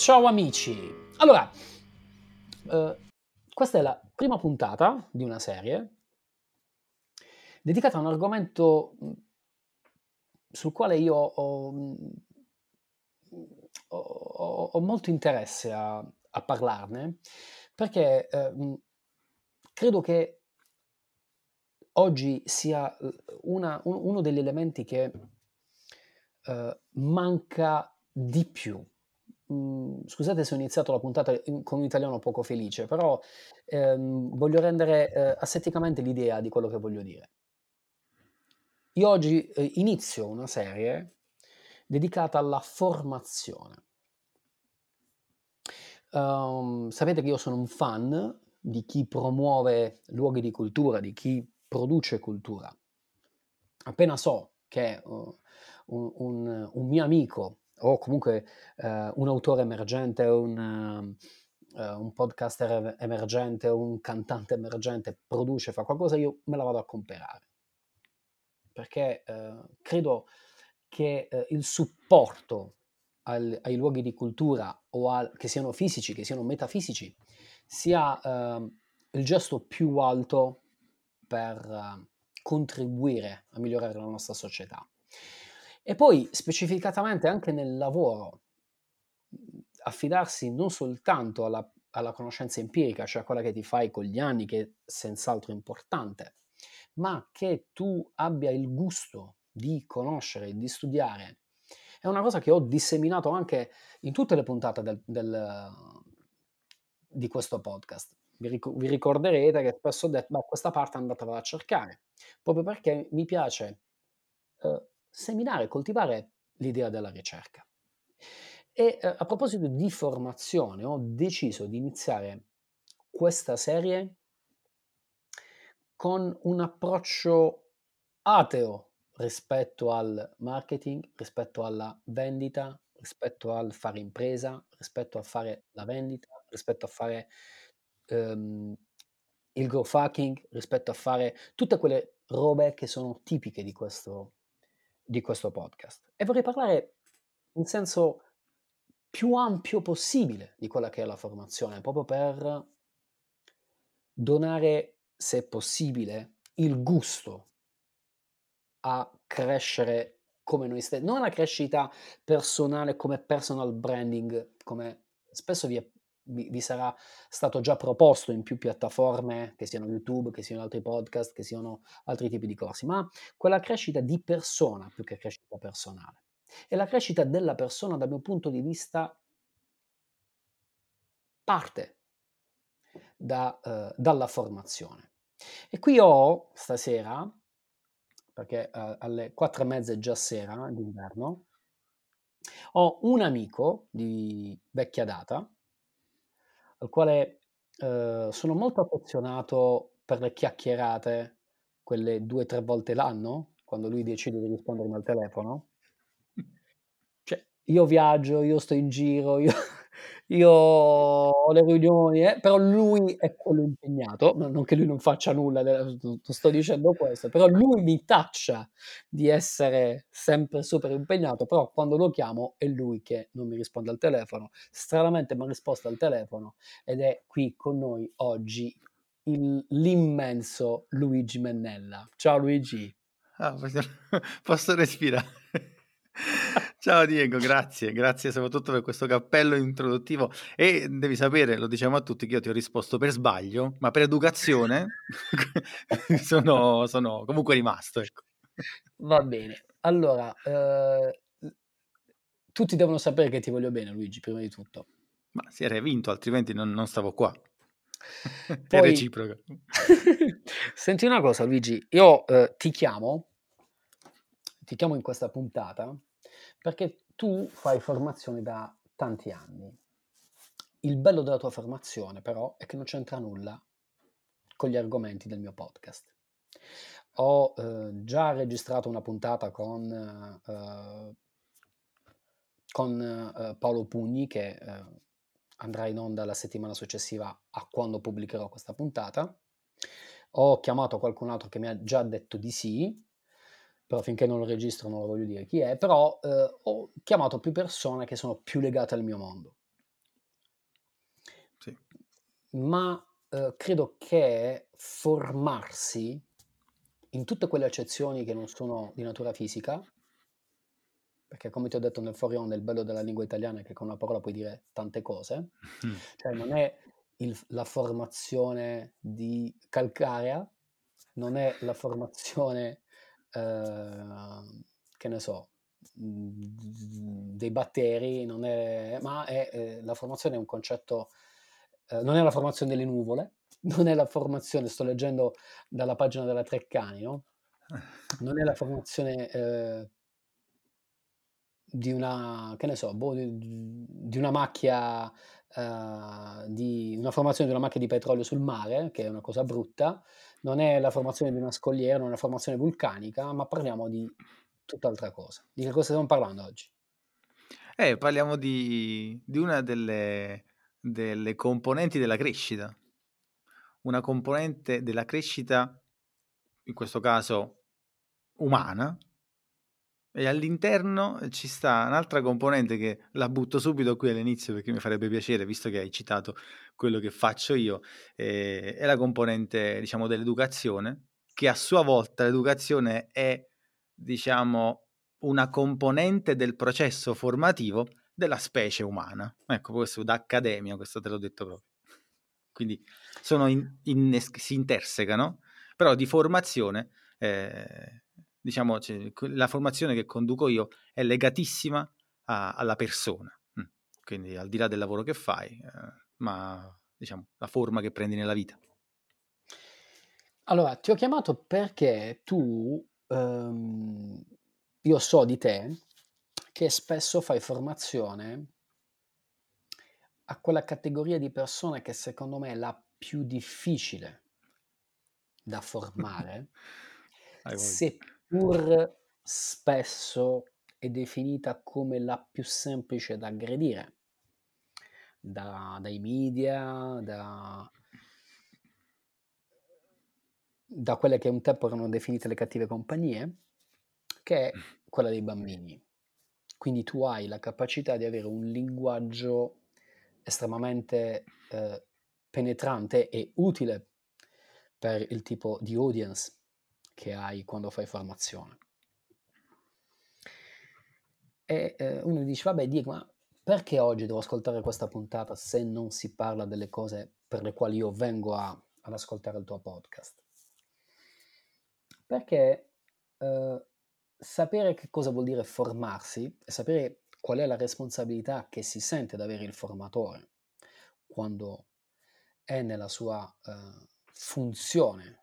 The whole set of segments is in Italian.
Ciao amici! Allora, questa è la prima puntata di una serie dedicata a un argomento sul quale io ho molto interesse a parlarne, perché credo che oggi sia uno degli elementi che manca di più. Scusate se ho iniziato la puntata con un italiano poco felice, però voglio rendere asetticamente l'idea di quello che voglio dire. Io oggi inizio una serie dedicata alla formazione. Sapete che io sono un fan di chi promuove luoghi di cultura, di chi produce cultura. Appena so che un mio amico o comunque un autore emergente, un podcaster emergente, un cantante emergente produce, fa qualcosa, io me la vado a comprare. Perché credo che il supporto ai luoghi di cultura che siano fisici, che siano metafisici, sia il gesto più alto per contribuire a migliorare la nostra società. E poi specificatamente anche nel lavoro, affidarsi non soltanto alla conoscenza empirica, cioè quella che ti fai con gli anni, che è senz'altro importante, ma che tu abbia il gusto di conoscere, di studiare. È una cosa che ho disseminato anche in tutte le puntate di questo podcast. Vi ricorderete che spesso ho detto, questa parte andatevela a cercare, proprio perché mi piace seminare, coltivare l'idea della ricerca. E a proposito di formazione, ho deciso di iniziare questa serie con un approccio ateo rispetto al marketing, rispetto alla vendita, rispetto al fare impresa, rispetto a fare la vendita, rispetto a fare ehm, il growth hacking, rispetto a fare tutte quelle robe che sono tipiche di questo podcast. E vorrei parlare in senso più ampio possibile di quella che è la formazione, proprio per donare, se possibile, il gusto a crescere come noi stessi, non la crescita personale come personal branding, come spesso vi sarà stato già proposto in più piattaforme, che siano YouTube, che siano altri podcast, che siano altri tipi di corsi, ma quella crescita di persona più che crescita personale. E la crescita della persona, dal mio punto di vista, parte dalla formazione. E qui ho stasera, perché alle 4:30 è già sera d'inverno, ho un amico di vecchia data, al quale sono molto affezionato per le chiacchierate, quelle 2-3 volte l'anno, quando lui decide di rispondermi al telefono. Cioè, io viaggio, io sto in giro, io ho le riunioni, però lui è quello impegnato, non che lui non faccia nulla, non sto dicendo questo, però lui mi taccia di essere sempre super impegnato, però quando lo chiamo è lui che non mi risponde al telefono. Stranamente mi ha risposto al telefono ed è qui con noi oggi l'immenso Luigi Mennella. Ciao Luigi. Ah, posso respirare. Ciao Diego, grazie soprattutto per questo cappello introduttivo e devi sapere, lo diciamo a tutti, che io ti ho risposto per sbaglio, ma per educazione sono comunque rimasto, ecco. Va bene. Allora, tutti devono sapere che ti voglio bene, Luigi, prima di tutto. Ma si era vinto, altrimenti non stavo qua. È Poi, reciproco. senti una cosa, Luigi, io ti chiamo in questa puntata perché tu fai formazione da tanti anni. Il bello della tua formazione, però, è che non c'entra nulla con gli argomenti del mio podcast. Ho già registrato una puntata con Paolo Pugni, che andrà in onda la settimana successiva a quando pubblicherò questa puntata. Ho chiamato qualcun altro che mi ha già detto di sì, però finché non lo registro non lo voglio dire chi è, però ho chiamato più persone che sono più legate al mio mondo. ma, credo che formarsi in tutte quelle accezioni che non sono di natura fisica, perché come ti ho detto nel fuori onda, il bello della lingua italiana è che con una parola puoi dire tante cose, Mh. cioè non è la formazione di calcarea, non è la formazione, che ne so, dei batteri, non è, ma è, la formazione è un concetto, non è la formazione delle nuvole, non è la formazione, sto leggendo dalla pagina della Treccani, no? Non è la formazione, di una, che ne so, boh, di una macchia, di una formazione di una macchia di petrolio sul mare, che è una cosa brutta, non è la formazione di una scogliera, non è una formazione vulcanica, ma parliamo di tutt'altra cosa. Di che cosa stiamo parlando oggi? Parliamo di una delle componenti della crescita. Una componente della crescita, in questo caso umana, e all'interno ci sta un'altra componente che la butto subito qui all'inizio perché mi farebbe piacere, visto che hai citato quello che faccio io, è la componente, diciamo, dell'educazione, che a sua volta l'educazione è, diciamo, una componente del processo formativo della specie umana. Ecco, questo da accademia, questo te l'ho detto proprio. Quindi sono si intersecano, però di formazione, diciamo, la formazione che conduco io è legatissima alla persona. Quindi al di là del lavoro che fai, ma diciamo la forma che prendi nella vita. Allora, ti ho chiamato perché tu, io so di te che spesso fai formazione a quella categoria di persone che secondo me è la più difficile da formare, Hai voglia. seppur spesso è definita come la più semplice da aggredire dai media, da quelle che un tempo erano definite le cattive compagnie, che è quella dei bambini. Quindi tu hai la capacità di avere un linguaggio estremamente, penetrante e utile per il tipo di audience che hai quando fai formazione. E, uno dice: "Vabbè Diego, ma perché oggi devo ascoltare questa puntata se non si parla delle cose per le quali io vengo ad ascoltare il tuo podcast?" Perché, sapere che cosa vuol dire formarsi e sapere qual è la responsabilità che si sente ad avere il formatore quando è nella sua, funzione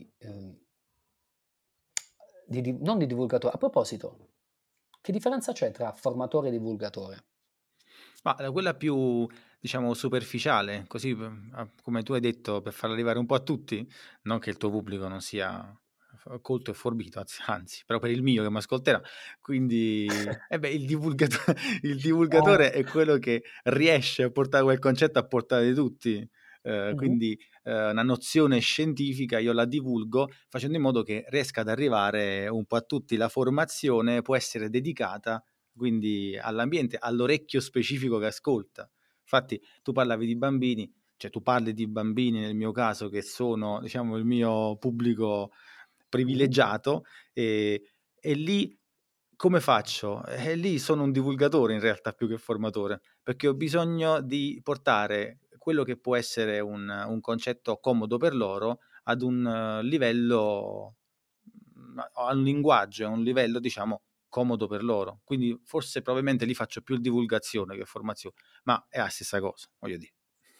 non di divulgatore. A proposito, che differenza c'è tra formatore e divulgatore? Ma da quella più, diciamo, superficiale, così come tu hai detto, per farla arrivare un po' a tutti, non che il tuo pubblico non sia colto e forbito, anzi, però per il mio che mi ascolterà, quindi il divulgatore è quello che riesce a portare quel concetto a portata di tutti. Mh-mh. Quindi una nozione scientifica io la divulgo facendo in modo che riesca ad arrivare un po' a tutti. La formazione può essere dedicata quindi all'ambiente, all'orecchio specifico che ascolta. Infatti tu parlavi di bambini, cioè tu parli di bambini nel mio caso che sono, diciamo, il mio pubblico Mh-mh. privilegiato e lì come faccio? Lì sono un divulgatore in realtà più che formatore, perché ho bisogno di portare quello che può essere un concetto comodo per loro ad un livello, a un linguaggio, a un livello diciamo comodo per loro. Quindi forse probabilmente lì faccio più divulgazione che formazione, ma è la stessa cosa, voglio dire.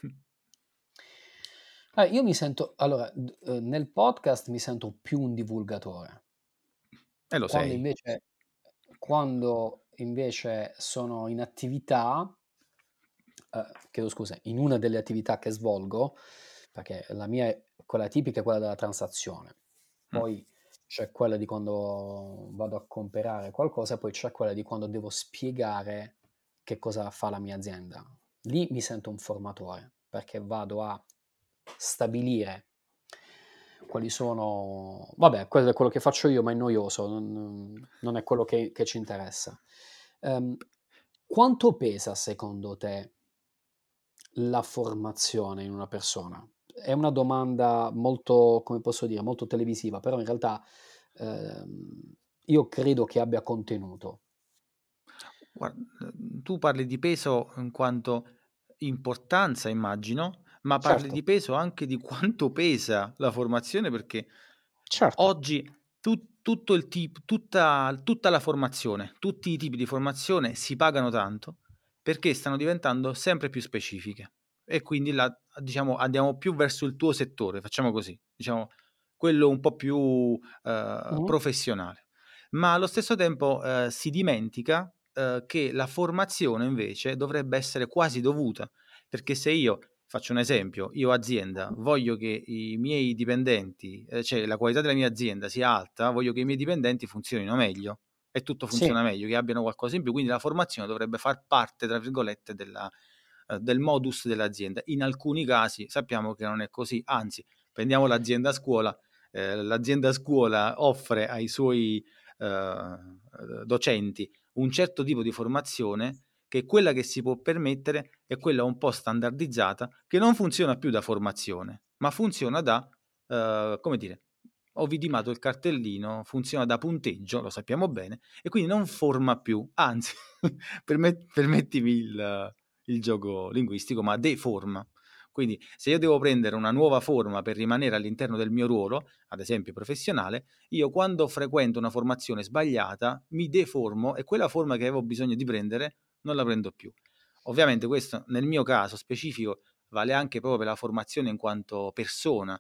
Io mi sento allora, nel podcast mi sento più un divulgatore. E lo Quando sei. invece quando invece sono in attività, chiedo scusa, in una delle attività che svolgo, perché la mia è quella tipica, è quella della transazione. Mh. Poi c'è quella di quando vado a comprare qualcosa, e poi c'è quella di quando devo spiegare che cosa fa la mia azienda. Lì mi sento un formatore, perché vado a stabilire quali sono, vabbè, quello è quello che faccio io, ma è noioso, non è quello che ci interessa. Quanto pesa secondo te la formazione in una persona? È una domanda molto, come posso dire, molto televisiva, però in realtà io credo che abbia contenuto. Tu parli di peso in quanto importanza, immagino, ma parli Certo, di peso anche di quanto pesa la formazione, perché certo. oggi tutto il tutta la formazione, tutti i tipi di formazione si pagano tanto perché stanno diventando sempre più specifiche e quindi diciamo, andiamo più verso il tuo settore, facciamo così, diciamo, quello un po' più Mhm. professionale. Ma allo stesso tempo si dimentica che la formazione invece dovrebbe essere quasi dovuta, perché se io faccio un esempio, io azienda voglio che i miei dipendenti, cioè la qualità della mia azienda sia alta, voglio che i miei dipendenti funzionino meglio e tutto Sì, funziona meglio, che abbiano qualcosa in più, quindi la formazione dovrebbe far parte, tra virgolette, del modus dell'azienda. In alcuni casi sappiamo che non è così, anzi, prendiamo l'azienda scuola offre ai suoi docenti un certo tipo di formazione che è quella che si può permettere, è quella un po' standardizzata, che non funziona più da formazione, ma funziona da, come dire, ho vidimato il cartellino, funziona da punteggio, lo sappiamo bene, e quindi non forma più, anzi, permettimi il gioco linguistico, ma deforma. Quindi se io devo prendere una nuova forma per rimanere all'interno del mio ruolo, ad esempio professionale, io quando frequento una formazione sbagliata mi deformo e quella forma che avevo bisogno di prendere non la prendo più. Ovviamente questo nel mio caso specifico vale anche proprio per la formazione in quanto persona.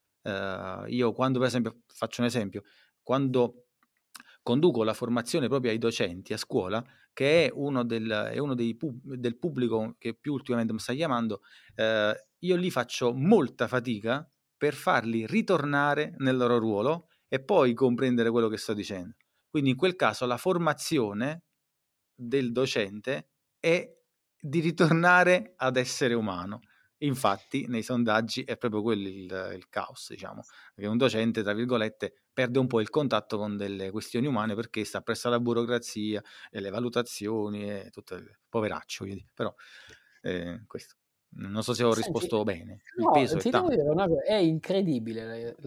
Io quando per esempio, faccio un esempio, quando conduco la formazione proprio ai docenti a scuola, che è uno del pubblico che più ultimamente mi sta chiamando, io lì faccio molta fatica per farli ritornare nel loro ruolo e poi comprendere quello che sto dicendo. Quindi in quel caso la formazione del docente è di ritornare ad essere umano. Infatti, nei sondaggi è proprio quello il caos, diciamo, che un docente, tra virgolette, perde un po' il contatto con delle questioni umane perché sta presso alla burocrazia e le valutazioni e tutto il poveraccio, però questo. Non so se ho senti, risposto bene. Il no, peso è ti devo tanto. dire una cosa, è incredibile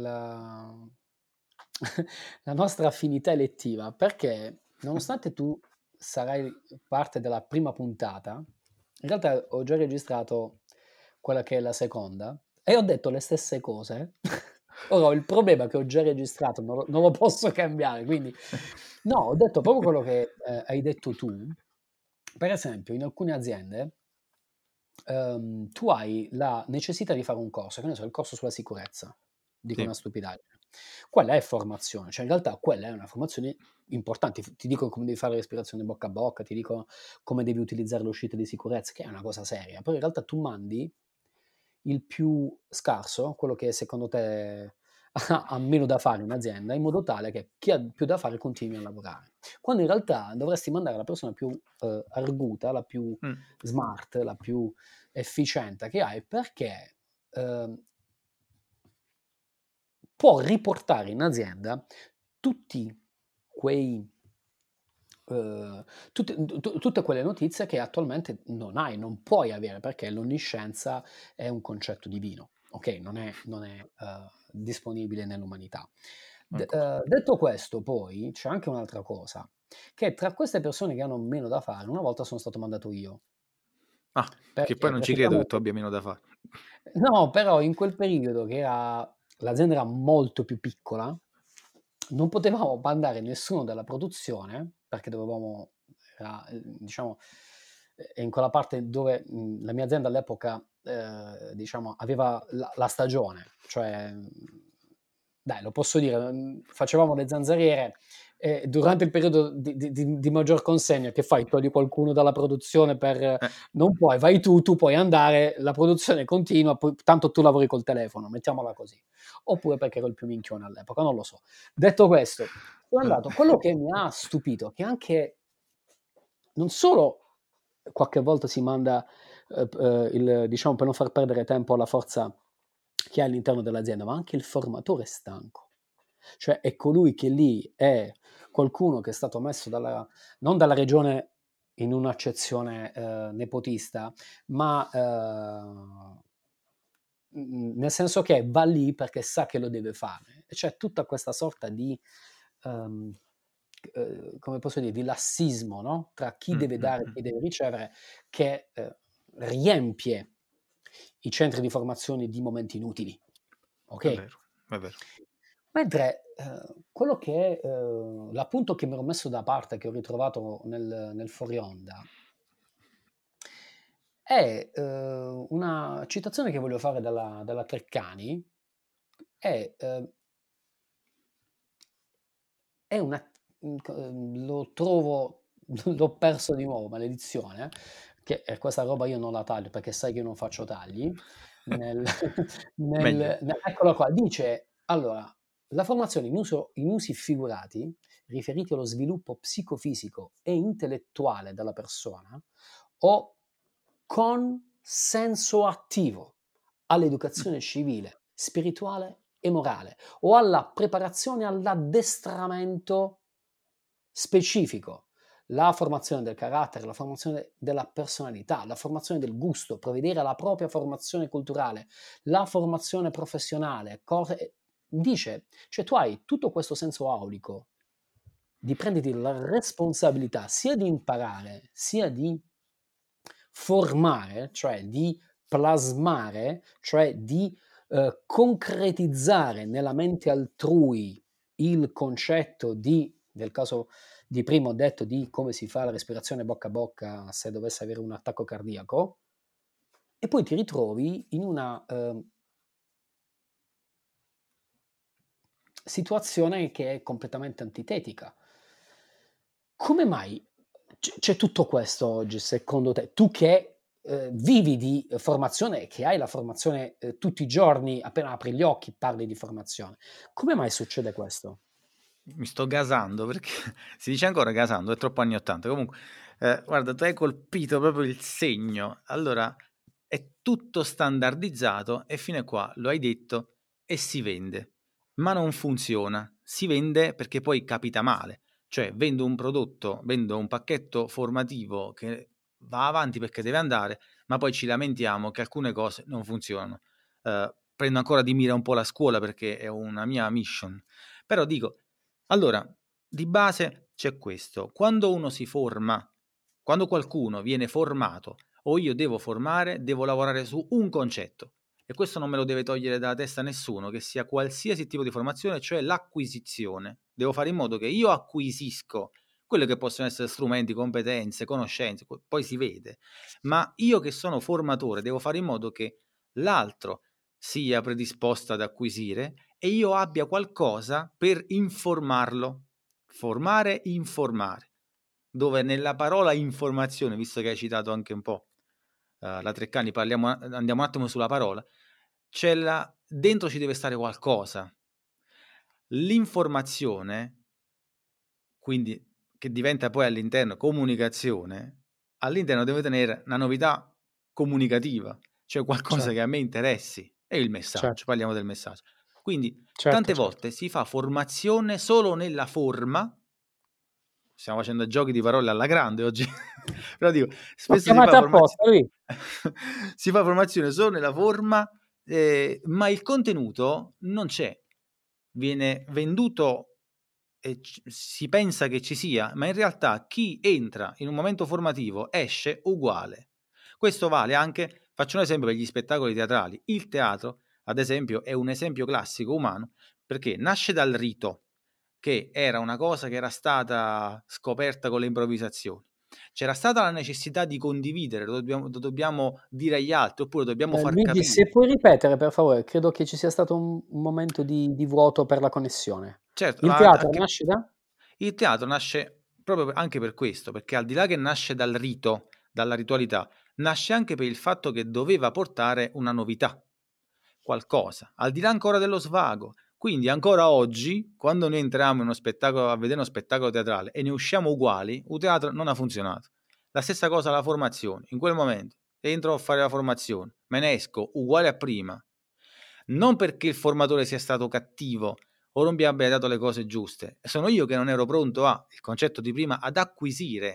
la nostra affinità elettiva, perché nonostante tu sarai parte della prima puntata, in realtà ho già registrato quella che è la seconda e ho detto le stesse cose. Ora ho il problema che ho già registrato, non lo posso cambiare, quindi no, ho detto proprio quello che hai detto tu. Per esempio, in alcune aziende tu hai la necessità di fare un corso, che ne so, il corso sulla sicurezza, dico una Sì. stupidaggine. Quella è formazione, cioè in realtà quella è una formazione importante. Ti dico come devi fare respirazione bocca a bocca, ti dico come devi utilizzare le uscite di sicurezza, che è una cosa seria. Però in realtà tu mandi il più scarso, quello che secondo te ha meno da fare in azienda, in modo tale che chi ha più da fare continui a lavorare. Quando in realtà dovresti mandare la persona più arguta, la più Mm. smart, la più efficiente che hai, perché ehm, può riportare in azienda tutti quei tutte quelle notizie che attualmente non hai, non puoi avere, perché l'onniscienza è un concetto divino, okay, non è disponibile nell'umanità. Ecco. Detto questo poi, c'è anche un'altra cosa, che tra queste persone che hanno meno da fare, una volta sono stato mandato io. Ah, che poi Perché? non ci Perché credo che tu chiaramente abbia meno da fare. no, però in quel periodo l'azienda era molto più piccola, non potevamo mandare nessuno dalla produzione, perché dovevamo era, diciamo, in quella parte dove, la mia azienda all'epoca, diciamo aveva la stagione, cioè, dai, lo posso dire, facevamo le zanzariere e durante il periodo di maggior consegna che fai? Togli qualcuno dalla produzione per Eh, non puoi, vai tu puoi andare, la produzione continua, poi tanto tu lavori col telefono, mettiamola così. Oppure perché ero il più minchione all'epoca, non lo so. Detto questo, sono eh. andato. Quello che mi ha stupito, che anche non solo qualche volta si manda, diciamo, per non far perdere tempo alla forza che è all'interno dell'azienda, ma anche il formatore è stanco. Cioè è colui che lì è qualcuno che è stato messo non dalla regione in un'accezione nepotista, ma nel senso che va lì perché sa che lo deve fare. E c'è tutta questa sorta di, come posso dire, di lassismo, no? Tra chi deve dare e chi deve ricevere, che riempie i centri di formazione di momenti inutili. È Ok? vero, è vero. Mentre quello che l'appunto che mi ero messo da parte, che ho ritrovato nel fuori onda, è una citazione che voglio fare dalla Treccani, è, è una, lo trovo, l'ho perso di nuovo, maledizione, che questa roba io non la taglio perché sai che io non faccio tagli. Nel, Meglio. eccolo qua, dice, allora, la formazione in usi figurati, riferiti allo sviluppo psicofisico e intellettuale della persona, o con senso attivo all'educazione civile, spirituale e morale, o alla preparazione all'addestramento specifico, la formazione del carattere, la formazione della personalità, la formazione del gusto, provvedere alla propria formazione culturale, la formazione professionale, dice, cioè tu hai tutto questo senso aulico di prenderti la responsabilità sia di imparare, sia di formare, cioè di plasmare, cioè di concretizzare nella mente altrui il concetto di, nel caso di prima ho detto di come si fa la respirazione bocca a bocca se dovesse avere un attacco cardiaco, e poi ti ritrovi in una situazione che è completamente antitetica. Come mai c'è tutto questo oggi, secondo te? Tu che vivi di formazione, che hai la formazione tutti i giorni, appena apri gli occhi parli di formazione. Come mai succede questo? Mi sto gasando perché si dice ancora gasando, è troppo anni 80. Comunque, guarda, tu hai colpito proprio il segno. Allora, è tutto standardizzato e fino a qua lo hai detto e si vende, ma non funziona. Si vende perché poi capita male. Cioè, vendo un prodotto, vendo un pacchetto formativo che va avanti perché deve andare, ma poi ci lamentiamo che alcune cose non funzionano. Prendo ancora di mira un po' la scuola perché è una mia mission. Però dico, allora, di base c'è questo. Quando uno si forma, quando qualcuno viene formato o io devo formare, devo lavorare su un concetto. E questo non me lo deve togliere dalla testa nessuno, che sia qualsiasi tipo di formazione, cioè l'acquisizione. Devo fare in modo che io acquisisco quelle che possono essere strumenti, competenze, conoscenze, poi si vede. Ma io che sono formatore devo fare in modo che l'altro sia predisposto ad acquisire e io abbia qualcosa per informarlo. Formare, informare. Dove nella parola informazione, visto che hai citato anche un po' la Treccani, andiamo un attimo sulla parola, dentro ci deve stare qualcosa. L'informazione, quindi che diventa poi all'interno comunicazione, all'interno deve tenere una novità comunicativa, cioè qualcosa Certo, che a me interessi, è il messaggio, certo, parliamo del messaggio. Quindi certo, tante certo. volte si fa formazione solo nella forma, stiamo facendo giochi di parole alla grande oggi, però dico, L'ho spesso chiamata apposta lui. si fa formazione solo nella forma, ma il contenuto non c'è, viene venduto e si pensa che ci sia, ma in realtà chi entra in un momento formativo esce uguale. Questo vale anche, faccio un esempio per gli spettacoli teatrali. Il teatro, ad esempio, è un esempio classico umano perché nasce dal rito, che era una cosa che era stata scoperta con le improvvisazioni. C'era stata la necessità di condividere, lo dobbiamo dire agli altri, oppure lo dobbiamo far Luigi, se capire. puoi ripetere per favore, credo che ci sia stato un momento di vuoto per la connessione. Certo, Il ma teatro nasce da? il teatro nasce proprio anche per questo, perché al di là che nasce dal rito, dalla ritualità, nasce anche per il fatto che doveva portare una novità, qualcosa, al di là ancora dello svago. Quindi ancora oggi, quando noi entriamo in uno spettacolo, a vedere uno spettacolo teatrale e ne usciamo uguali, un teatro non ha funzionato. La stessa cosa la formazione. In quel momento entro a fare la formazione, me ne esco uguale a prima. Non perché il formatore sia stato cattivo o non mi abbia dato le cose giuste, sono io che non ero pronto il concetto di prima, ad acquisire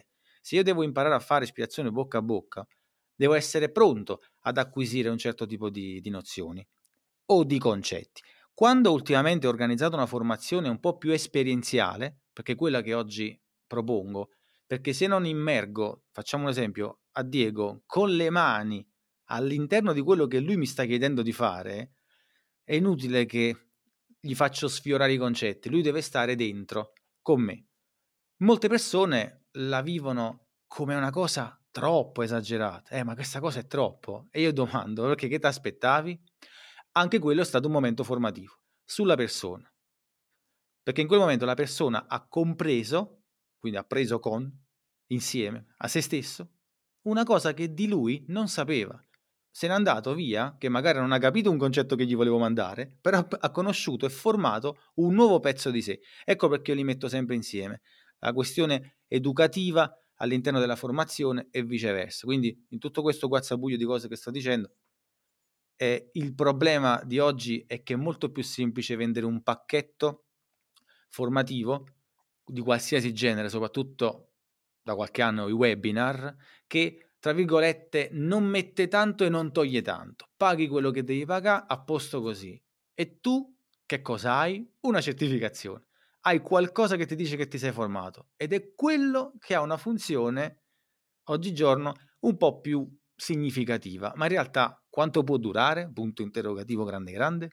Se io devo imparare a fare respirazione bocca a bocca, devo essere pronto ad acquisire un certo tipo di nozioni o di concetti. Quando ultimamente ho organizzato una formazione un po' più esperienziale, perché è quella che oggi propongo, perché se non immergo, facciamo un esempio, a Diego con le mani all'interno di quello che lui mi sta chiedendo di fare, è inutile che gli faccio sfiorare i concetti, lui deve stare dentro con me. Molte persone la vivono come una cosa troppo esagerata. Ma questa cosa è troppo. E io domando, perché che ti aspettavi? Anche quello è stato un momento formativo sulla persona. Perché in quel momento la persona ha compreso, quindi ha preso insieme a se stesso, una cosa che di lui non sapeva. Se n'è andato via, che magari non ha capito un concetto che gli volevo mandare, però ha conosciuto e formato un nuovo pezzo di sé. Ecco perché io li metto sempre insieme. La questione educativa all'interno della formazione e viceversa. Quindi in tutto questo guazzabuglio di cose che sto dicendo, il problema di oggi è che è molto più semplice vendere un pacchetto formativo di qualsiasi genere, soprattutto da qualche anno i webinar, che tra virgolette non mette tanto e non toglie tanto. Paghi quello che devi pagare, a posto così. E tu che cosa hai? Una certificazione. Hai qualcosa che ti dice che ti sei formato ed è quello che ha una funzione oggigiorno un po' più significativa. Ma in realtà quanto può durare? Punto interrogativo grande grande.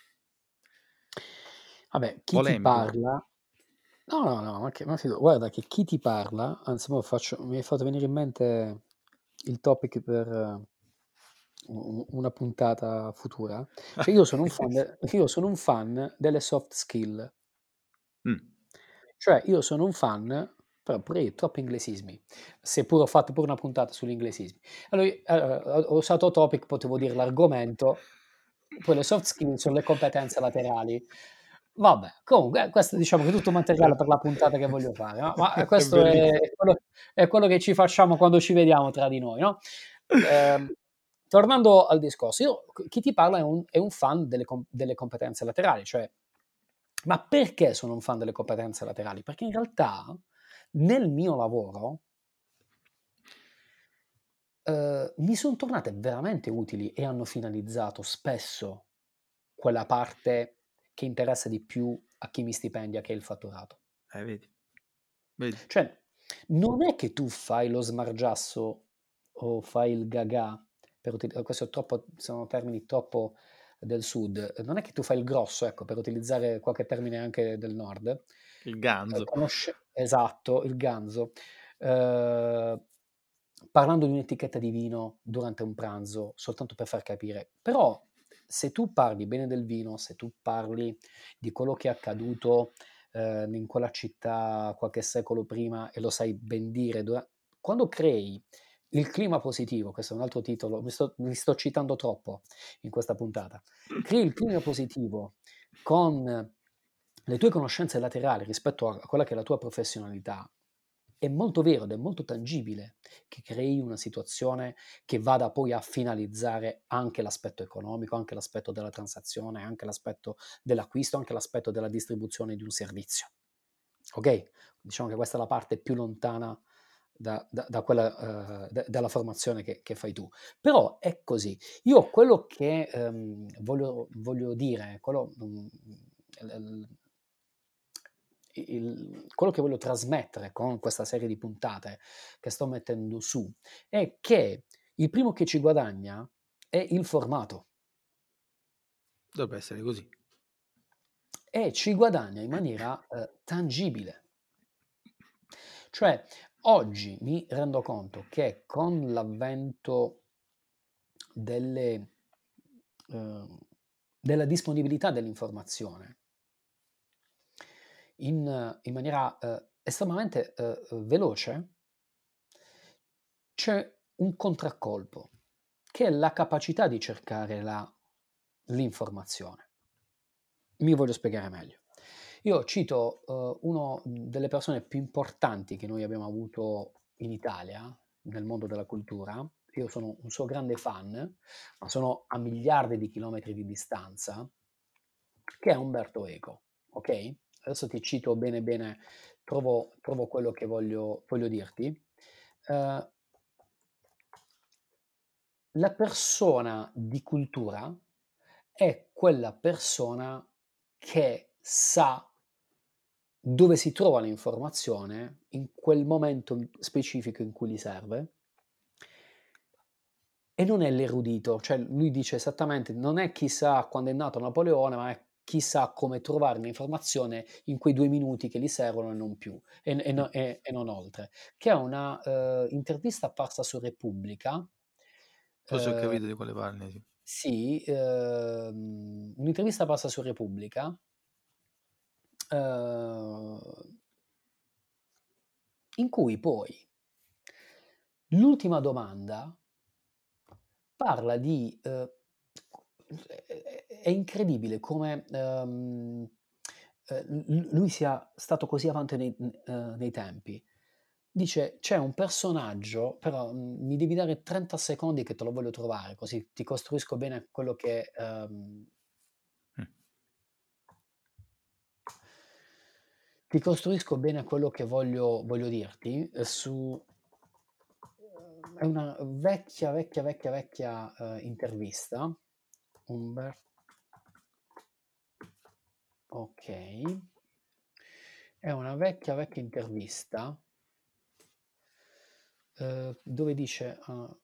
Vabbè, chi ti Polemico. parla no, guarda che chi ti parla, anzi mi hai fatto venire in mente il topic per una puntata futura. Cioè io sono un fan delle soft skill. Mm. Cioè io sono un fan, però pure io troppi inglesismi, seppur ho fatto pure una puntata sugli inglesismi. Allora, ho usato topic, potevo dire l'argomento, poi le soft skill sono le competenze laterali. Vabbè, comunque, questo diciamo che è tutto materiale per la puntata che voglio fare, no? Ma È questo bellissimo. è quello che ci facciamo quando ci vediamo tra di noi, no? Ehm, Tornando al discorso, chi ti parla è un fan delle competenze laterali, cioè, ma perché sono un fan delle competenze laterali? Perché in realtà nel mio lavoro mi sono tornate veramente utili e hanno finalizzato spesso quella parte che interessa di più a chi mi stipendia, che è il fatturato. Vedi, vedi. Cioè, non è che tu fai lo smargiasso o fai il gaga, questo sono termini troppo del sud, non è che tu fai il grosso, ecco, per utilizzare qualche termine anche del nord, Il ganzo. esatto, il ganzo, eh, parlando di un'etichetta di vino durante un pranzo, soltanto per far capire, però se tu parli bene del vino, se tu parli di quello che è accaduto in quella città qualche secolo prima e lo sai ben dire, quando crei il clima positivo, questo è un altro titolo, mi sto citando troppo in questa puntata, crei il clima positivo con le tue conoscenze laterali rispetto a quella che è la tua professionalità, è molto vero ed è molto tangibile che crei una situazione che vada poi a finalizzare anche l'aspetto economico, anche l'aspetto della transazione, anche l'aspetto dell'acquisto, anche l'aspetto della distribuzione di un servizio. Ok? Diciamo che questa è la parte più lontana da quella della formazione che fai tu. Però è così. Io quello che voglio dire, quello che voglio trasmettere con questa serie di puntate che sto mettendo su è che il primo che ci guadagna è il formato Dovrebbe essere così. e ci guadagna in maniera tangibile. Cioè, oggi mi rendo conto che con l'avvento delle, ehm, della disponibilità dell'informazione in maniera estremamente veloce, c'è un contraccolpo, che è la capacità di cercare l'informazione. Mi voglio spiegare meglio. Io cito una delle persone più importanti che noi abbiamo avuto in Italia, nel mondo della cultura. Io sono un suo grande fan, ma sono a miliardi di chilometri di distanza, che è Umberto Eco, ok? Adesso ti cito bene bene, trovo quello che voglio dirti. Ehm, la persona di cultura è quella persona che sa dove si trova l'informazione in quel momento specifico in cui gli serve e non è l'erudito, cioè lui dice esattamente: non è chi sa quando è nato Napoleone, ma è chi sa come trovare l'informazione in quei 2 minuti che gli servono e non più, Mh. e non oltre. Che è una, intervista apparsa su Repubblica, Forse ho ehm capito di quale parli, sì. sì, un'intervista apparsa su Repubblica, ehm, in cui poi l'ultima domanda parla di è incredibile come, lui sia stato così avanti nei tempi. Dice: "C'è un personaggio, però, mi devi dare 30 secondi che te lo voglio trovare, così ti costruisco bene quello che, Mh. ti costruisco bene quello che voglio dirti, è una vecchia, intervista. Umber Okay. È una vecchia intervista, dove dice,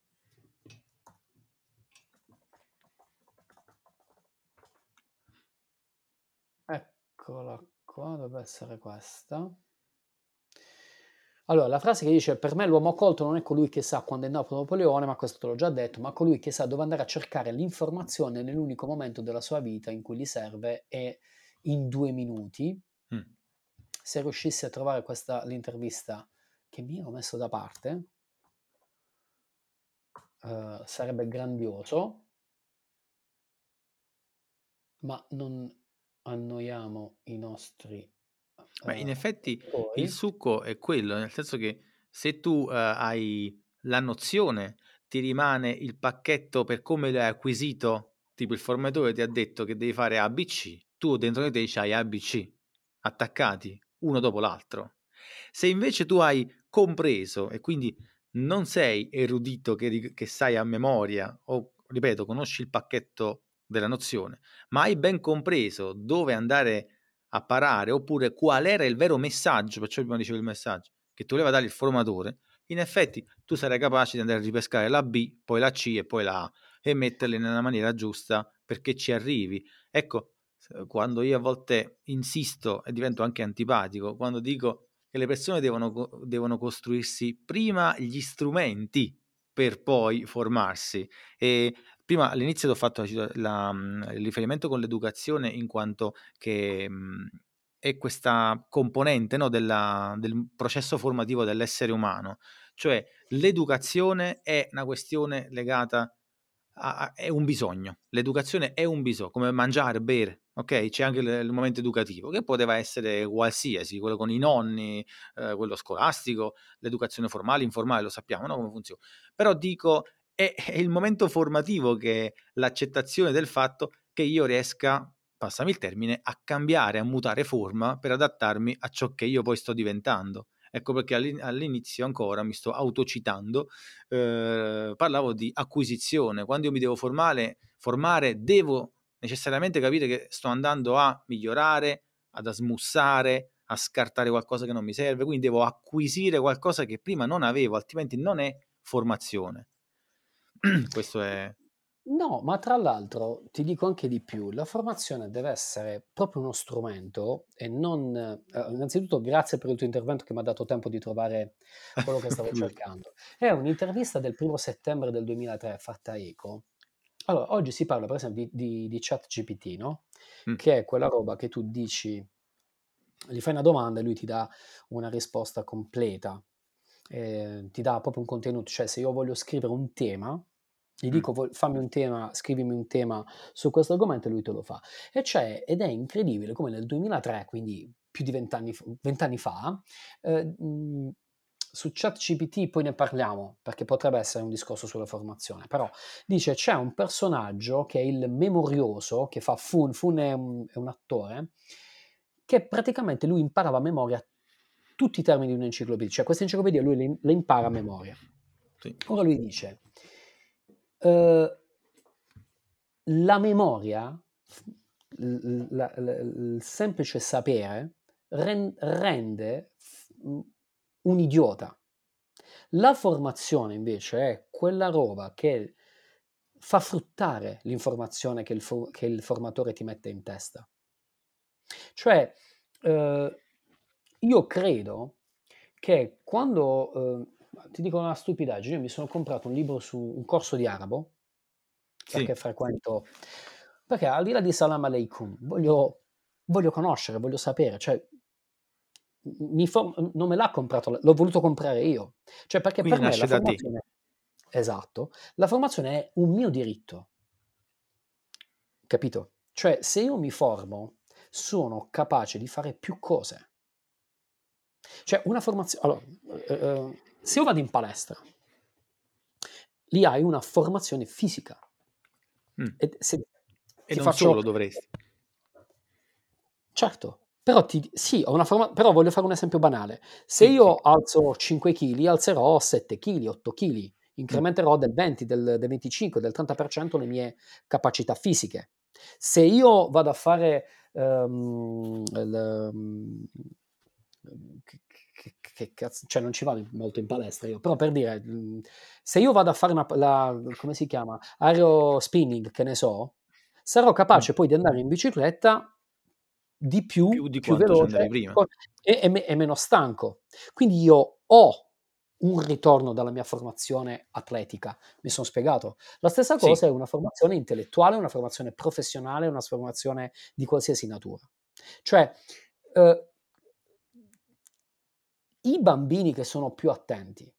eccola qua, dovrebbe essere questa. Allora, la frase che dice: "Per me l'uomo colto non è colui che sa quando è nato Napoleone", ma questo te l'ho già detto, ma colui che sa dove andare a cercare l'informazione nell'unico momento della sua vita in cui gli serve e in 2 minuti. Mh. Se riuscissi a trovare l'intervista che mi ero messo da parte, sarebbe grandioso, ma non annoiamo i nostri, Beh, in effetti il ascoltatori. succo è quello, nel senso che se tu, hai la nozione, ti rimane il pacchetto per come l'hai acquisito, tipo il formatore ti ha detto che devi fare ABC, tu dentro di te c'hai ABC, attaccati uno dopo l'altro. Se invece tu hai compreso e quindi non sei erudito che sai a memoria o, ripeto, conosci il pacchetto della nozione, ma hai ben compreso dove andare a parare, oppure qual era il vero messaggio, perciò prima dicevo il messaggio, che ti voleva dare il formatore, in effetti tu sarai capace di andare a ripescare la B, poi la C e poi la A e metterle nella maniera giusta perché ci arrivi. Ecco, quando io a volte insisto e divento anche antipatico, quando dico che le persone devono costruirsi prima gli strumenti per poi formarsi. E prima all'inizio ho fatto il riferimento con l'educazione in quanto che è questa componente, no, del processo formativo dell'essere umano, cioè l'educazione è una questione legata è un bisogno, l'educazione è un bisogno, come mangiare, bere, ok? C'è anche il momento educativo, che poteva essere qualsiasi, quello con i nonni, quello scolastico, l'educazione formale, informale, lo sappiamo, no, come funziona. Però dico, è il momento formativo che è l'accettazione del fatto che io riesca, passami il termine, a cambiare, a mutare forma per adattarmi a ciò che io poi sto diventando. Ecco perché all'inizio ancora mi sto autocitando, parlavo di acquisizione. Quando io mi devo formare, devo necessariamente capire che sto andando a migliorare, ad smussare, a scartare qualcosa che non mi serve, quindi devo acquisire qualcosa che prima non avevo, altrimenti non è formazione. Questo è No, ma tra l'altro ti dico anche di più, la formazione deve essere proprio uno strumento e non innanzitutto grazie per il tuo intervento che m'ha dato tempo di trovare quello che stavo figurati. cercando. È un'intervista del 1° settembre del 2003 fatta a Eco. Allora, oggi si parla per esempio di ChatGPT, no, Mh, che è quella roba che tu dici gli fai una domanda e lui ti dà una risposta completa. Ti dà proprio un contenuto, cioè se io voglio scrivere un tema, gli mh. dico: "Fammi un tema, scrivimi un tema su questo argomento", e lui te lo fa. Ed è incredibile come nel 2003, quindi più di 20 anni fa, su ChatGPT poi ne parliamo, perché potrebbe essere un discorso sulla formazione, però dice: "C'è un personaggio che è il memorioso, che fa Fun", Fun è un attore, che praticamente lui imparava a memoria tutti i termini di un'enciclopedia, cioè questa enciclopedia lui le impara a memoria. Sì. Ora lui dice, la memoria, il semplice sapere, rende un idiota. La formazione invece è quella roba che fa fruttare l'informazione che il formatore ti mette in testa. Cioè, io credo che quando, ti dico una stupidaggine, io mi sono comprato un libro su un corso di arabo, perché Sì. perché al di là di Salam Aleikum, voglio conoscere, voglio sapere, cioè, non me l'ha comprato, l'ho voluto comprare io. Cioè, perché Quindi per me la nasce da te. formazione, esatto, la formazione è un mio diritto, capito? Cioè, se io mi formo, sono capace di fare più cose. Cioè, una formazione, allora, se io vado in palestra, lì hai una formazione fisica. Mm. E se E ti non faccio, solo dovresti. certo, però sì, però voglio fare un esempio banale. Se Sì, sì. io alzo 5 kg, alzerò 7 kg, 8 kg, Mm. incrementerò del 20, del 25, del 30% le mie capacità fisiche. Se io vado a fare che cazzo, cioè non ci vado molto in palestra io, però per dire, se io vado a fare come si chiama, aero spinning, che ne so, sarò Mm. capace poi di andare in bicicletta di più, Più di più quanto ci andavi veloce prima. e meno stanco. Quindi io ho un ritorno dalla mia formazione atletica, mi sono spiegato. La stessa Sì. cosa è una formazione intellettuale, una formazione professionale, una formazione di qualsiasi natura. Cioè, i bambini che sono più attenti,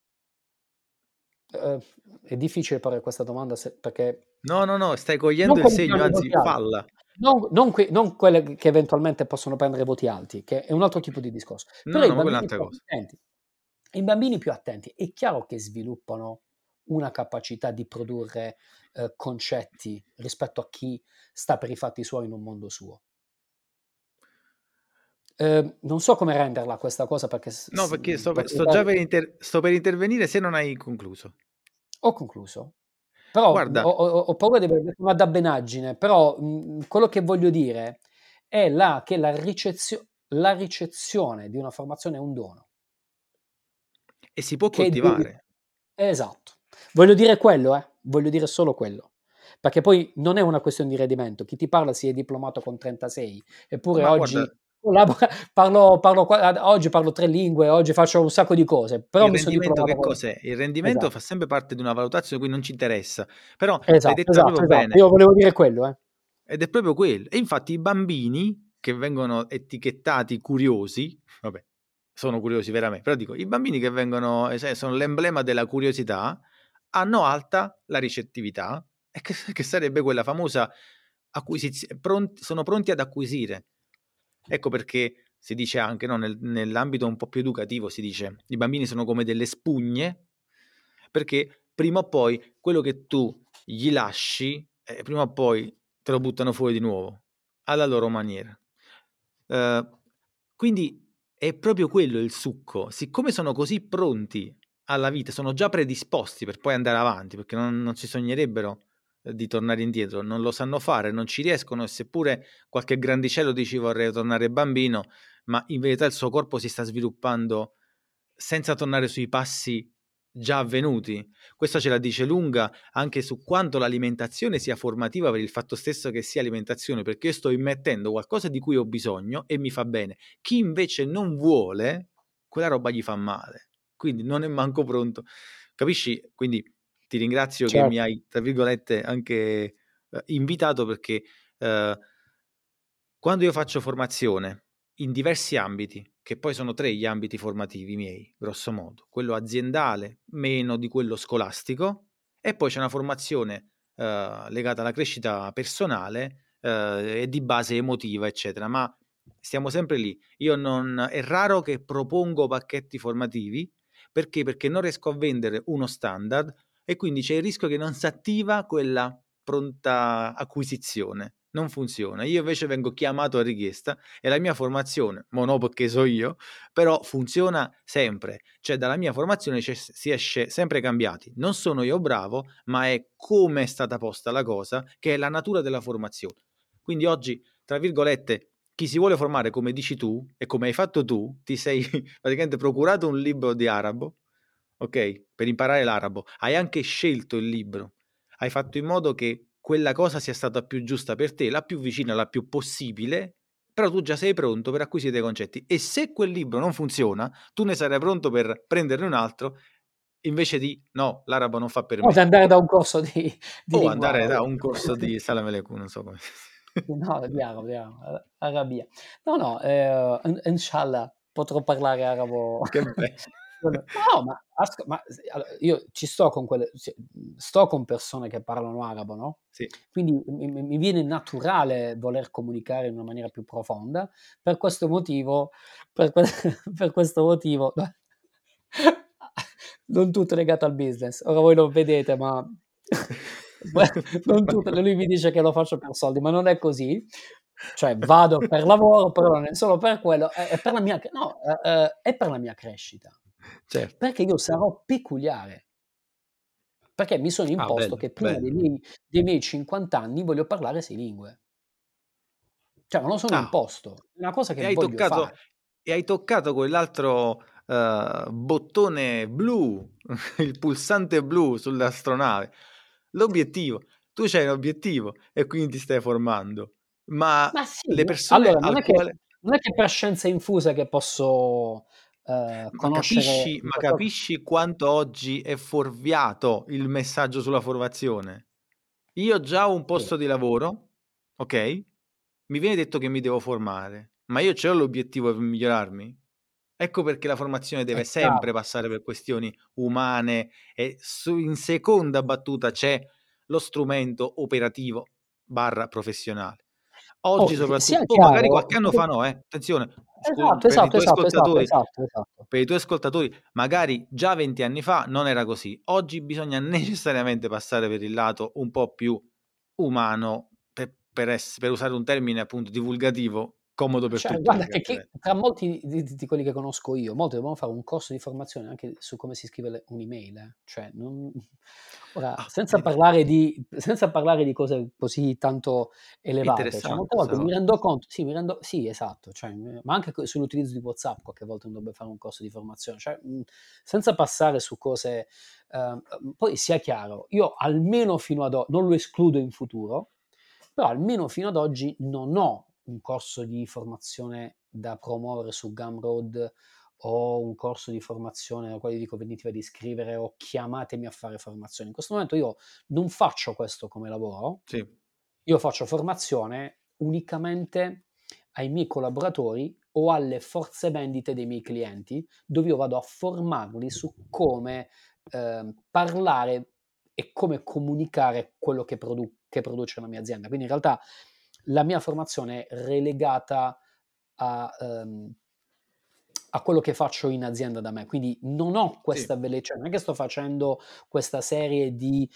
è difficile fare questa domanda perché No, stai non cogliendo il quelli che segno, hanno i anzi voti alti, falla. non quelle che eventualmente possono prendere voti alti, che è un altro tipo di discorso. Però No, ma quella è un'altra cosa. i bambini più attenti, è chiaro che sviluppano una capacità di produrre concetti rispetto a chi sta per i fatti suoi in un mondo suo. Non so come renderla questa cosa perché No, perché sto potrei già dare. per intervenire se non hai concluso. Ho concluso. Però Guarda, ho paura di aver detto una dabbenaggine, però quello che voglio dire è che la ricezione di una formazione è un dono. e si può Che devi. coltivare. Esatto. Voglio dire quello, voglio dire solo quello. Perché poi non è una questione di rendimento. Chi ti parla si è diplomato con 36, eppure Ma guarda, oggi oggi parlo 3 lingue, oggi faccio un sacco di cose, però il mi sono rendimento diplomato che con. cos'è? Il rendimento Esatto, fa sempre parte di una valutazione, quindi non ci interessa. Però l'hai esatto, detta esatto, proprio esatto. bene. Io volevo dire quello, Ed è proprio quello. E infatti i bambini che vengono etichettati curiosi, vabbè, sono curiosi veramente, però dico, i bambini che vengono, sono l'emblema della curiosità, hanno alta la ricettività, e che sarebbe quella famosa acquisizione, sono pronti ad acquisire. Ecco perché si dice anche, no, nell'ambito un po' più educativo, si dice, i bambini sono come delle spugne, perché prima o poi quello che tu gli lasci, prima o poi te lo buttano fuori di nuovo, alla loro maniera. Quindi è proprio quello il succo. Siccome sono così pronti alla vita, sono già predisposti per poi andare avanti, perché non si sognerebbero di tornare indietro, non lo sanno fare, non ci riescono, e seppure qualche grandicello dice vorrei tornare bambino, ma in verità il suo corpo si sta sviluppando senza tornare sui passi già avvenuti. Questo ce la dice lunga anche su quanto l'alimentazione sia formativa per il fatto stesso che sia alimentazione, perché io sto immettendo qualcosa di cui ho bisogno e mi fa bene. Chi invece non vuole, quella roba gli fa male, quindi non è manco pronto. Capisci? Quindi ti ringrazio che mi certo. hai, tra virgolette, anche invitato, perché quando io faccio formazione in diversi ambiti, che poi sono 3 gli ambiti formativi miei, grosso modo, quello aziendale, meno di quello scolastico, e poi c'è una formazione legata alla crescita personale e di base emotiva, eccetera, ma stiamo sempre lì. È raro che propongo pacchetti formativi, perché non riesco a vendere uno standard, e quindi c'è il rischio che non si attiva quella pronta acquisizione. non funziona. Io invece vengo chiamato a richiesta e la mia formazione, ma no perché so io, però funziona sempre. Cioè dalla mia formazione si esce sempre cambiati. Non sono io bravo, ma è come è stata posta la cosa, che è la natura della formazione. Quindi oggi, tra virgolette, chi si vuole formare come dici tu e come hai fatto tu, ti sei praticamente procurato un libro di arabo, ok? Per imparare l'arabo. Hai anche scelto il libro. Hai fatto in modo che quella cosa sia stata più giusta per te, la più vicina, la più possibile, però tu già sei pronto per acquisire dei concetti. E se quel libro non funziona, tu ne sarai pronto per prenderne un altro, invece di no, l'arabo non fa per O di me. andare da un corso di O lingua andare da araba. un corso di Salam Aleikum, non so come. No, è chiaro, Arabia. No, no, inshallah potrò parlare arabo. Che bello. No, ma allora, io ci sto con sto con persone che parlano arabo, no? Sì. Quindi mi viene naturale voler comunicare in una maniera più profonda. Per questo motivo, per, que- per questo motivo, non tutto è legato al business. Ora voi non vedete, ma non tutto. Lui mi dice che lo faccio per soldi, ma non è così. Cioè, vado per lavoro, però non è solo per quello, è per la mia, no, è per la mia crescita. Certo. Perché io sarò peculiare. Perché mi sono Ah, imposto bello, che prima bello. dei miei 50 anni voglio parlare 6 lingue. Cioè, me lo sono Ah, imposto, è una cosa che e hai voglio toccato, fare. e hai toccato quell'altro bottone blu, il pulsante blu sull'astronave. L'obiettivo. Tu c'hai un obiettivo e quindi ti stai formando. Ma Ma sì, le persone allora al quale. non è che per scienza infusa che posso, Ma conoscere capisci, in ma questo. capisci quanto oggi è fuorviato il messaggio sulla formazione? Io già ho un Sì, posto di lavoro, ok? Mi viene detto che mi devo formare, ma io c'ho l'obiettivo per migliorarmi? Ecco perché la formazione è deve sempre chiaro. passare per questioni umane e in seconda battuta c'è lo strumento operativo barra professionale. Oggi Sia soprattutto, poi magari chiaro qualche anno fa no, attenzione, esatto, per i esatto, tuoi esatto, esatto, ascoltatori, esatto, esatto. magari già 20 anni fa non era così. Oggi bisogna necessariamente passare per il lato un po' più umano, per usare un termine appunto divulgativo, comodo per Cioè, tutti guarda che praticamente. tra molti di quelli che conosco io, molti devono fare un corso di formazione anche su come si scrive un'email, eh. Cioè, ora, Ah, vedi? senza parlare di cose così tanto elevate, cioè, molte Interessante volte 'sta mi cosa. rendo conto, sì, esatto, cioè, ma anche sull'utilizzo di WhatsApp qualche volta uno dovrebbe fare un corso di formazione, cioè, senza passare su cose, poi sia chiaro, io almeno fino ad oggi, non lo escludo in futuro, però almeno fino ad oggi non ho un corso di formazione da promuovere su Gumroad o un corso di formazione nel quale dico venite ad iscrivere o chiamatemi a fare formazione. In questo momento io non faccio questo come lavoro, Sì, io faccio formazione unicamente ai miei collaboratori o alle forze vendite dei miei clienti, dove io vado a formarli su come parlare e come comunicare quello che produce la mia azienda. Quindi in realtà la mia formazione è relegata a, a quello che faccio in azienda da me, quindi non ho sì, questa cioè non è che sto facendo questa serie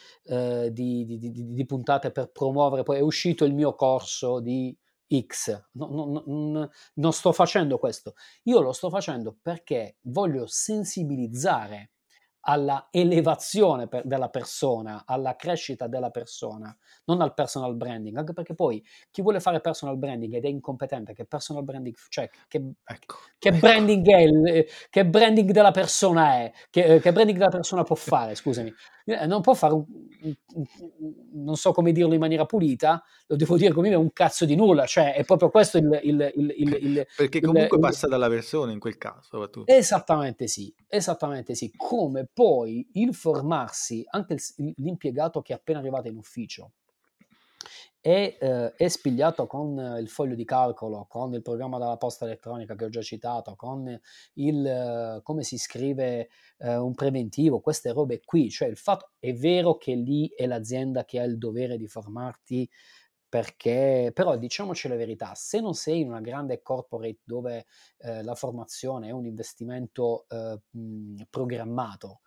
di puntate per promuovere, poi è uscito il mio corso di X, non sto facendo questo, io lo sto facendo perché voglio sensibilizzare alla elevazione della persona, alla crescita della persona, non al personal branding, anche perché poi chi vuole fare personal branding ed è incompetente, che personal branding, cioè ecco, che ecco. branding è, che branding della persona è, che branding della persona può fare, scusami. Non può fare non so come dirlo in maniera pulita, lo devo dire come un cazzo di nulla, cioè è proprio questo Perché comunque passa dalla persona in quel caso soprattutto. esattamente sì, come poi il formarsi, anche l'impiegato che è appena arrivato in ufficio è spigliato con il foglio di calcolo, con il programma della posta elettronica che ho già citato, con come si scrive un preventivo, queste robe qui, cioè il fatto è vero che lì è l'azienda che ha il dovere di formarti perché, però diciamoci la verità, se non sei in una grande corporate dove la formazione è un investimento programmato,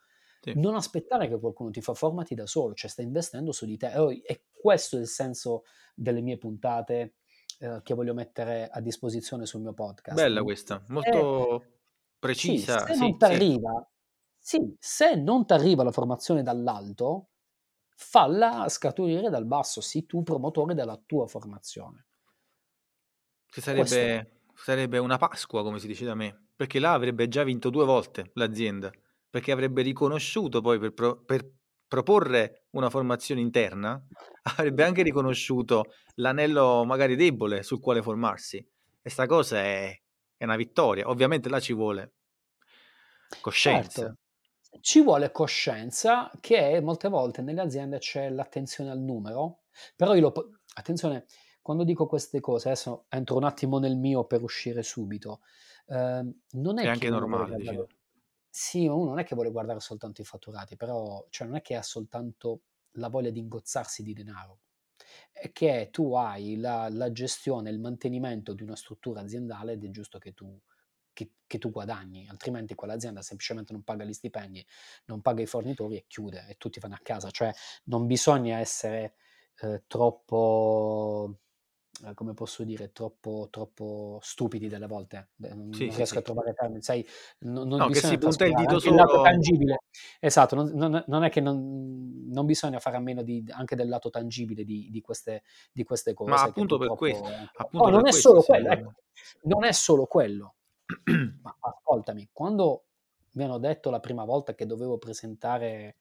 non aspettare che qualcuno ti fa, formati da solo, cioè stai investendo su di te. E questo è il senso delle mie puntate che voglio mettere a disposizione sul mio podcast. Bella questa, Se, molto sì, precisa. se non Sì, ti sì. arriva, sì, se non ti arriva la formazione dall'alto, falla scaturire dal basso, sii tu promotore della tua formazione. Che Questo è. sarebbe una Pasqua, come si dice da me, perché là avrebbe già vinto 2 volte l'azienda, perché avrebbe riconosciuto poi per proporre una formazione interna, avrebbe anche riconosciuto l'anello magari debole sul quale formarsi. E sta cosa è una vittoria. Ovviamente là ci vuole coscienza. Certo, ci vuole coscienza che molte volte nelle aziende c'è l'attenzione al numero, però attenzione, quando dico queste cose, adesso entro un attimo nel mio per uscire subito, non È è che anche uno vuole normale, dici tu. guardare, sì, uno non è che vuole guardare soltanto i fatturati, però, cioè non è che ha soltanto la voglia di ingozzarsi di denaro, è che tu hai la gestione, il mantenimento di una struttura aziendale ed è giusto che tu guadagni, altrimenti quell'azienda semplicemente non paga gli stipendi, non paga i fornitori e chiude e tutti vanno a casa. Cioè non bisogna essere troppo, come posso dire, troppo stupidi delle volte. Sì, Non sì, riesco a sì. trovare termini, sai, non No, che si bisogna punta il trascurare dito anche il lato solo. tangibile. Esatto, non è che non bisogna fare a meno anche del lato tangibile di queste Ma cose che appunto per questo, purtroppo. Oh, appunto per non è questo solo si quello, ecco, dovrebbe. non è solo quello. Ma ascoltami, quando mi hanno detto la prima volta che dovevo presentare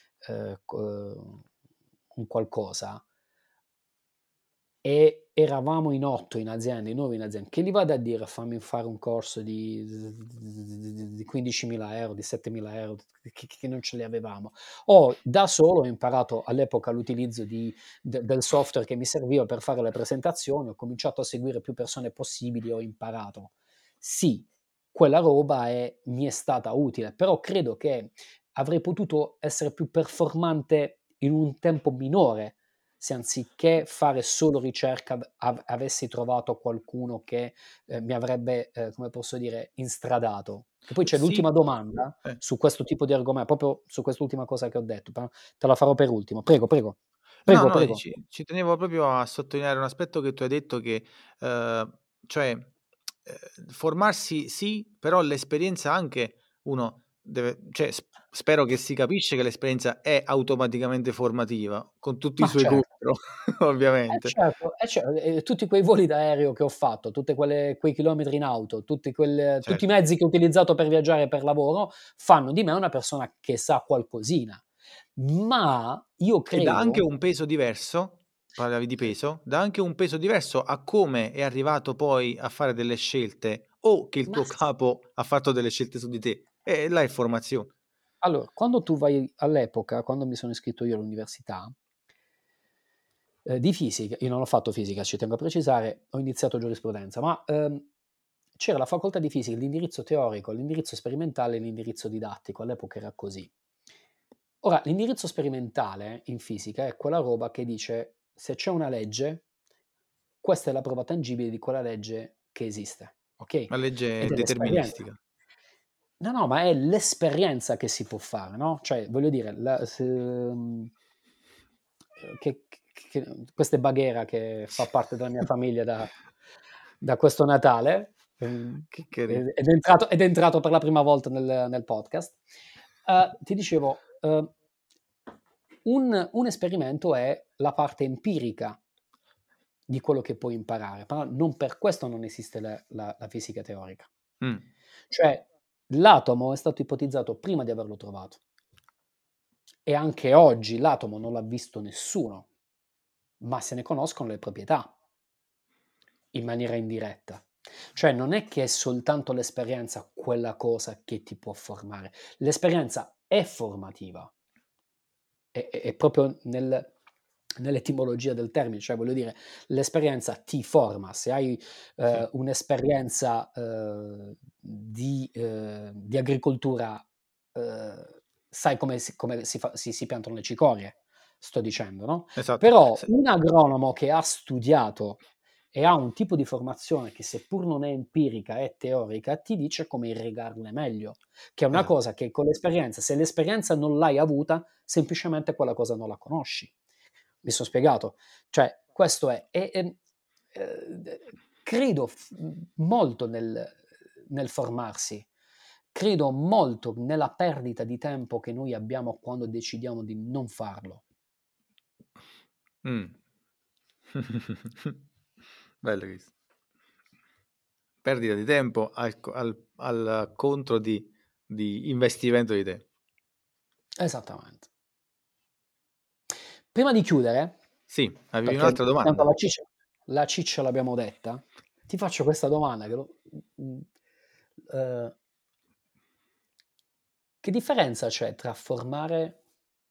un qualcosa e eravamo in 8 in azienda, in 9 in azienda, che gli vado a dire fammi fare un corso di 15.000 euro, di 7.000 euro, che non ce li avevamo. Da solo ho imparato all'epoca l'utilizzo del software che mi serviva per fare le presentazioni, ho cominciato a seguire più persone possibili, ho imparato. Sì, quella roba mi è stata utile, però credo che avrei potuto essere più performante in un tempo minore se anziché fare solo ricerca avessi trovato qualcuno che mi avrebbe, come posso dire, instradato. Che poi c'è Sì, l'ultima domanda su questo tipo di argomento, proprio su quest'ultima cosa che ho detto, però te la farò per ultimo. Prego, prego. no, Prego, no, prego. ci tenevo proprio a sottolineare un aspetto che tu hai detto che, cioè, formarsi sì, però l'esperienza anche uno deve, cioè, spero che si capisce che l'esperienza è automaticamente formativa, con tutti i Ma suoi certo. contro, ovviamente. Tutti quei voli d'aereo che ho fatto, tutte quei chilometri in auto, tutti i Certo. mezzi che ho utilizzato per viaggiare per lavoro, fanno di me una persona che sa qualcosina. Ma io E dà anche credo. un peso diverso, parlavi di peso, dà anche un peso diverso a come è arrivato poi a fare delle scelte o che il Ma tuo sì. capo ha fatto delle scelte su di te. E là è formazione. Allora, quando tu vai all'epoca, quando mi sono iscritto io all'università di fisica, io non ho fatto fisica, ci tengo a precisare, ho iniziato giurisprudenza, ma c'era la facoltà di fisica, l'indirizzo teorico, l'indirizzo sperimentale e l'indirizzo didattico, all'epoca era così. Ora, l'indirizzo sperimentale in fisica è quella roba che dice se c'è una legge, questa è la prova tangibile di quella legge che esiste, ok? La legge Ed è l'esperienza. deterministica. No, no, ma è l'esperienza che si può fare, no? Cioè, voglio dire, questa è Baghera che fa parte della mia famiglia da questo Natale, Che carino. ed è entrato per la prima volta nel podcast. Ti dicevo, un esperimento è la parte empirica di quello che puoi imparare, però non per questo non esiste la fisica teorica. Mh. Cioè, l'atomo è stato ipotizzato prima di averlo trovato e anche oggi l'atomo non l'ha visto nessuno, ma se ne conoscono le proprietà in maniera indiretta. Cioè non è che è soltanto l'esperienza quella cosa che ti può formare, l'esperienza è formativa, è proprio nell'etimologia del termine, cioè voglio dire, l'esperienza ti forma, se hai Sì. un'esperienza di agricoltura, sai come si piantano le cicorie, sto dicendo, no? Esatto. Però un agronomo che ha studiato e ha un tipo di formazione che seppur non è empirica, è teorica, ti dice come irrigarle meglio, che è una Esatto. cosa che con l'esperienza, se l'esperienza non l'hai avuta, semplicemente quella cosa non la conosci. Mi sono spiegato? Cioè, questo è. Credo molto nel formarsi, credo molto nella perdita di tempo che noi abbiamo quando decidiamo di non farlo. Mm. Bello questo. Perdita di tempo al contro di investimento di tempo. Esattamente. Prima di chiudere, Sì, avevi perché un'altra tanto domanda? la ciccia l'abbiamo detta, ti faccio questa domanda. Eh, che differenza c'è tra formare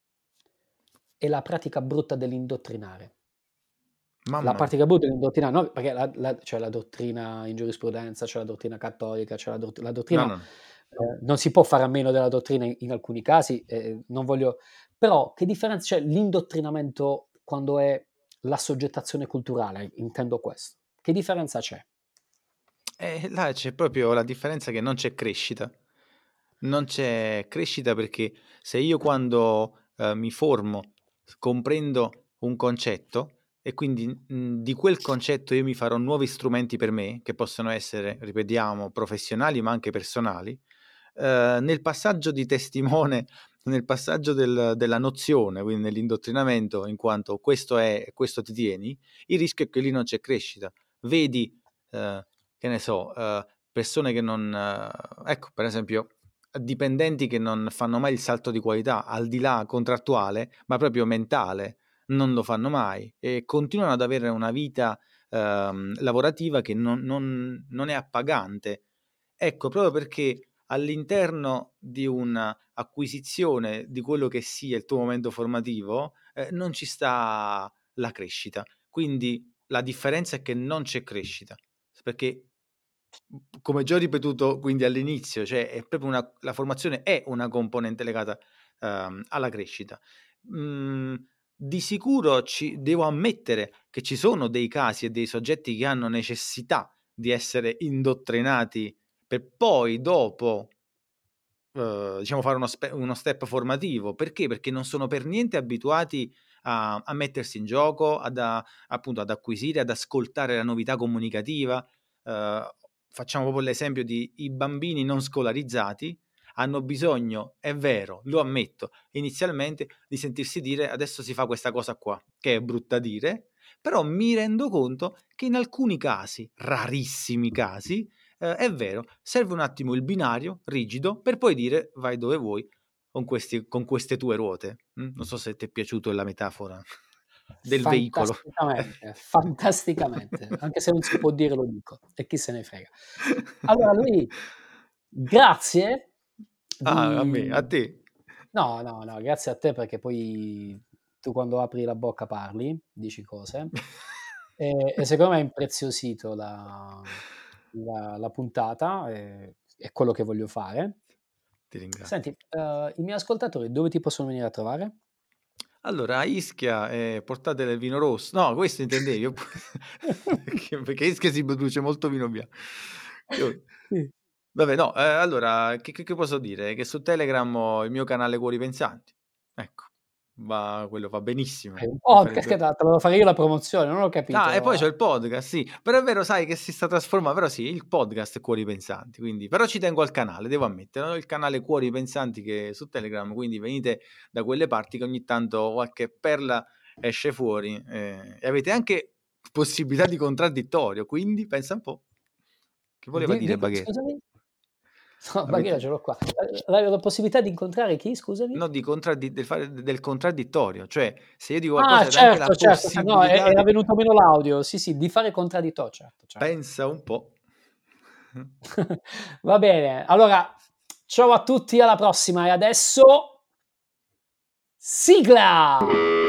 e la pratica brutta dell'indottrinare? La Mamma mia. pratica brutta dell'indottrinare, no, perché c'è la dottrina in giurisprudenza, c'è la dottrina cattolica, c'è la No, dottrina, no, no. non si può fare a meno della dottrina in alcuni casi, non voglio, però che differenza c'è l'indottrinamento quando è la soggettazione culturale, intendo questo. Che differenza c'è? Là c'è proprio la differenza che non c'è crescita. Non c'è crescita perché se io quando mi formo comprendo un concetto e quindi di quel concetto io mi farò nuovi strumenti per me, che possono essere, ripetiamo, professionali ma anche personali, nel passaggio di testimone, nel passaggio della nozione, quindi nell'indottrinamento, in quanto questo è e questo ti tieni, il rischio è che lì non c'è crescita. Vedi, che ne so, persone che non... ecco, per esempio, dipendenti che non fanno mai il salto di qualità, al di là contrattuale, ma proprio mentale, non lo fanno mai e continuano ad avere una vita lavorativa che non è appagante. Ecco, proprio perché all'interno di un'acquisizione di quello che sia il tuo momento formativo, non ci sta la crescita. Quindi la differenza è che non c'è crescita, perché come già ho ripetuto quindi all'inizio, cioè è proprio la formazione è una componente legata alla crescita. Di sicuro devo ammettere che ci sono dei casi e dei soggetti che hanno necessità di essere indottrinati per poi dopo diciamo fare uno step formativo. Perché? Perché non sono per niente abituati a mettersi in gioco, appunto ad acquisire, ad ascoltare la novità comunicativa. Facciamo proprio l'esempio di i bambini non scolarizzati hanno bisogno, è vero, lo ammetto, inizialmente di sentirsi dire adesso si fa questa cosa qua, che è brutta dire, però mi rendo conto che in alcuni casi, rarissimi casi, è vero, serve un attimo il binario rigido per poi dire vai dove vuoi con queste tue ruote. Non so se ti è piaciuta la metafora del veicolo. Fantasticamente, fantasticamente, anche se non si può dire lo dico, e chi se ne frega. Allora lui, grazie Ah, a me, a di... te. No, no, no, grazie a te perché poi tu quando apri la bocca parli, dici cose, e secondo me ha impreziosito la puntata, è quello che voglio fare. Ti ringrazio. Senti, i miei ascoltatori dove ti possono venire a trovare? Allora, a Ischia portate del vino rosso. No, questo intendevi. Perché a Ischia si produce molto vino bianco. Sì. Vabbè, no, allora, che posso dire? Che su Telegram ho il mio canale Cuori Pensanti. Ecco, quello va benissimo. Un Mi podcast, che farebbe... te la devo fare io la promozione, non ho Ah, e poi capito. c'ho il podcast, sì. Però è vero, sai, che si sta trasformando. Però sì, il podcast è Cuori Pensanti. Quindi... Però ci tengo al canale, devo ammettere. Ho il canale Cuori Pensanti che è su Telegram, quindi venite da quelle parti che ogni tanto qualche perla esce fuori. E avete anche possibilità di contraddittorio. Quindi pensa un po'. Che voleva dire Baguette? Scusami? No, Baghera Avete... ce l'ho qua. Avevo la possibilità di incontrare chi, scusami? No, del fare del contraddittorio, cioè se io dico Ah, qualcosa avete anche la certo, certo, no, possibilità era di... venuto meno l'audio. Sì, sì, di fare contraddittorio, certo, certo. Pensa un po'. Va bene, allora, ciao a tutti, alla prossima e adesso sigla!